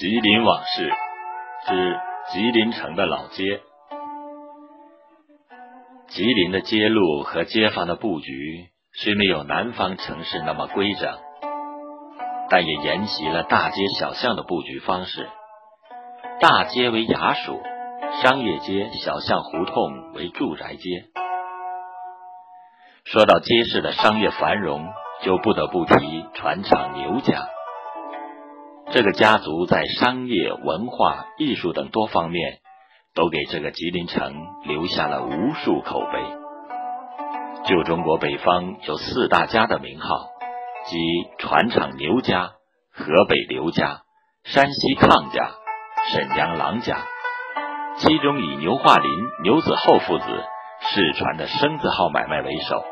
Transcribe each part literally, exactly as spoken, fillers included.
吉林往事之吉林城的老街。吉林的街路和街坊的布局虽没有南方城市那么规整，但也沿袭了大街小巷的布局方式。大街为衙署，商业街、小巷胡同为住宅街。说到街市的商业繁荣，就不得不提船厂牛家。这个家族在商业、文化、艺术等多方面都给这个吉林城留下了无数口碑。旧中国北方有四大家的名号，即船厂牛家、河北刘家、山西抗家、沈阳郎家，其中以牛化林、牛子厚父子世传的生字号买卖为首。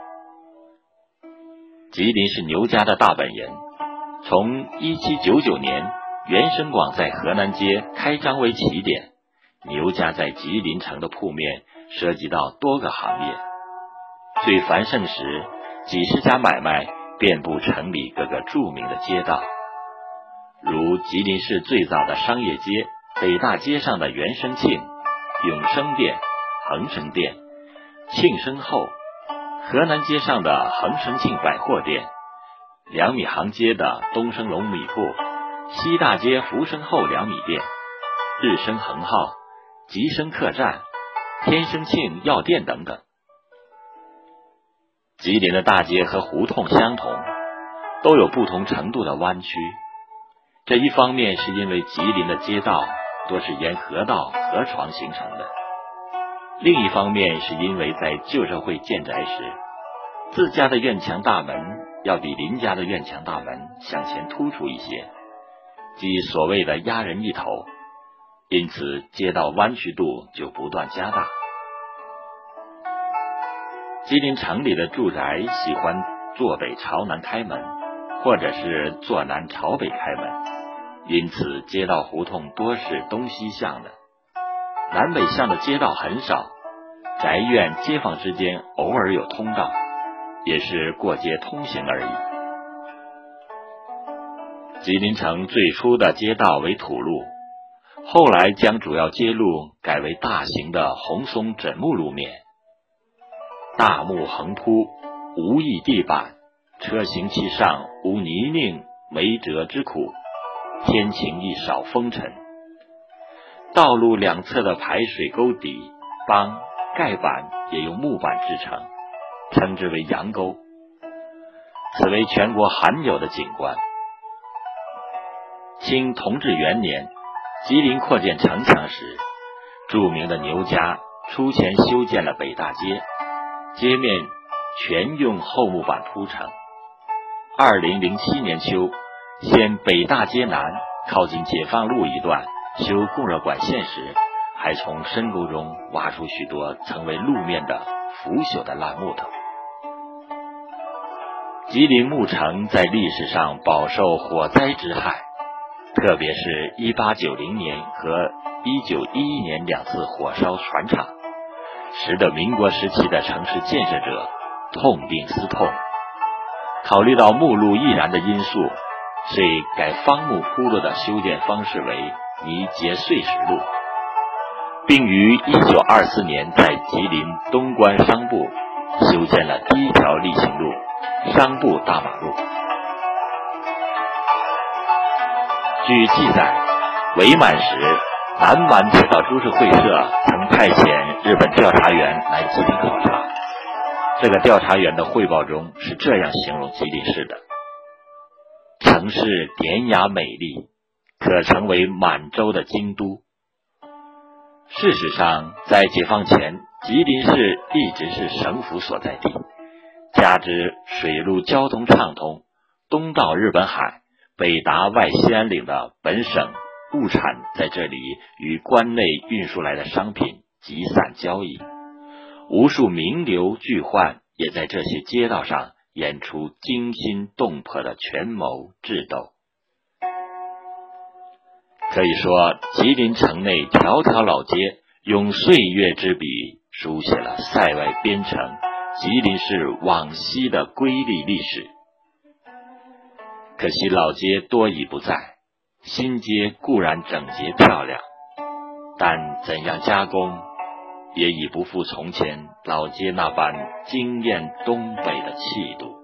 吉林是牛家的大本营，从一七九九年袁生广在河南街开张为起点，牛家在吉林城的铺面涉及到多个行业，最繁盛时几十家买卖遍布城里各个著名的街道，如吉林市最早的商业街北大街上的袁生庆、永生店、恒生店、庆生后，河南街上的恒生庆百货店，两米行街的东升龙米铺，西大街福生后两米店，日升恒号、吉生客栈、天生庆药店等等。吉林的大街和胡同相同，都有不同程度的弯曲。这一方面是因为吉林的街道多是沿河道、河床形成的，另一方面是因为在旧社会建宅时，自家的院墙大门要比邻家的院墙大门向前突出一些，即所谓的压人一头，因此街道弯曲度就不断加大。吉林城里的住宅喜欢坐北朝南开门，或者是坐南朝北开门，因此街道胡同多是东西向的，南北向的街道很少，宅院街坊之间偶尔有通道，也是过街通行而已。吉林城最初的街道为土路，后来将主要街路改为大型的红松枕木路面，大木横铺，无异地板，车行其上无泥泞没辙之苦，天晴亦少风尘。道路两侧的排水沟底帮盖板也用木板制成，称之为羊沟，此为全国罕有的景观。清同治元年，吉林扩建城墙时，著名的牛家出钱修建了北大街，街面全用厚木板铺成。二零零七年秋，先北大街南靠近解放路一段修供热管线时，还从深沟中挖出许多成为路面的腐朽的烂木头。吉林牧城在历史上饱受火灾之害，特别是一八九零年和一九一一年两次火烧船厂，使得民国时期的城市建设者痛定思痛，考虑到木路易燃的因素，遂改方木铺路的修建方式为泥结碎石路，并于一九二四年在吉林东关商埠修建了第一条例行路商埠大马路。据记载，伪满时南满铁道株式会社曾派遣日本调查员来吉林考察，这个调查员的汇报中是这样形容吉林市的：城市典雅美丽，可成为满洲的京都。事实上，在解放前，吉林市一直是省府所在地，加之水陆交通畅通，东到日本海，北达外西安岭的本省物产在这里与关内运输来的商品集散交易，无数名流巨宦也在这些街道上演出惊心动魄的权谋智斗。可以说，吉林城内条条老街用岁月之笔书写了塞外边城吉林市往昔的瑰丽历史。可惜老街多已不在， 新街固然整洁漂亮，但怎样加工，也已不复从前老街那般惊艳东北的气度。